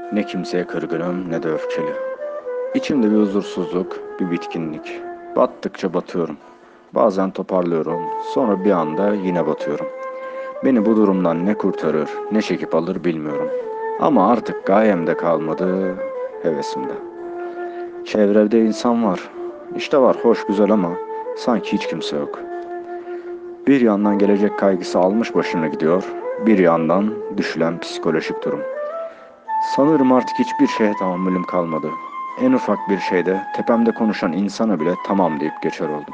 Ne kimseye kırgınım ne de öfkeli. İçimde bir huzursuzluk, bir bitkinlik. Battıkça batıyorum. Bazen toparlıyorum, sonra bir anda yine batıyorum. Beni bu durumdan ne kurtarır, ne çekip alır bilmiyorum. Ama artık gayemde kalmadı, hevesimde. Çevrede insan var. İşte var, hoş güzel ama sanki hiç kimse yok. Bir yandan gelecek kaygısı almış başına gidiyor, bir yandan düşülen psikolojik durum. Sanırım artık hiçbir şeye tahammülüm kalmadı. En ufak bir şeyde tepemde konuşan insana bile tamam deyip geçer oldum.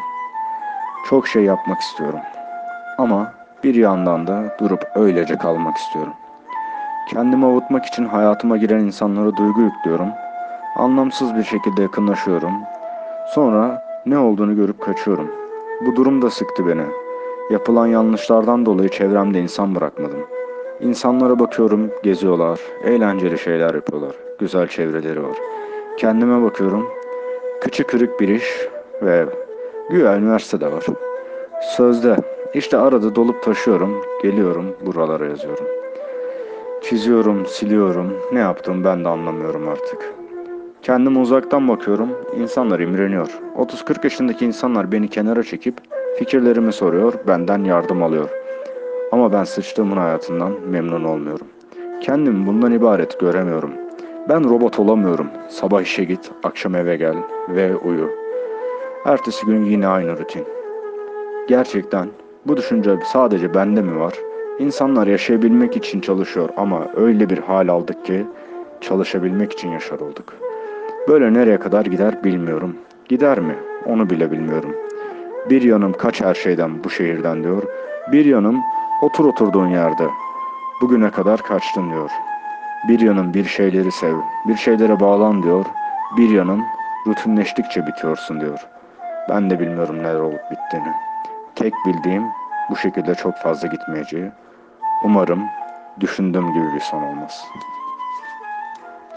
Çok şey yapmak istiyorum. Ama bir yandan da durup öylece kalmak istiyorum. Kendimi avutmak için hayatıma giren insanlara duygu yüklüyorum. Anlamsız bir şekilde yakınlaşıyorum. Sonra ne olduğunu görüp kaçıyorum. Bu durum da sıktı beni. Yapılan yanlışlardan dolayı çevremde insan bırakmadım. İnsanlara bakıyorum, geziyorlar, eğlenceli şeyler yapıyorlar, güzel çevreleri var. Kendime bakıyorum, kıçı kırık bir iş ve güya üniversitede var. Sözde, işte arada dolup taşıyorum, geliyorum, buralara yazıyorum. Çiziyorum, siliyorum, ne yaptığımı ben de anlamıyorum artık. Kendime uzaktan bakıyorum, insanlar imreniyor. 30-40 yaşındaki insanlar beni kenara çekip fikirlerimi soruyor, benden yardım alıyor. Ama ben sıçtığımın hayatından memnun olmuyorum. Kendimi bundan ibaret göremiyorum. Ben robot olamıyorum. Sabah işe git, akşam eve gel ve uyu. Ertesi gün yine aynı rutin. Gerçekten bu düşünce sadece bende mi var? İnsanlar yaşayabilmek için çalışıyor ama öyle bir hal aldık ki çalışabilmek için yaşar olduk. Böyle nereye kadar gider bilmiyorum. Gider mi? Onu bile bilmiyorum. Bir yanım kaç her şeyden bu şehirden diyor. Bir yanım otur oturduğun yerde. Bugüne kadar kaçtın diyor. Bir yanım bir şeyleri sev, bir şeylere bağlan diyor. Bir yanım rutinleştikçe bitiyorsun diyor. Ben de bilmiyorum neler olup bittiğini. Tek bildiğim bu şekilde çok fazla gitmeyeceği. Umarım düşündüğüm gibi bir son olmaz.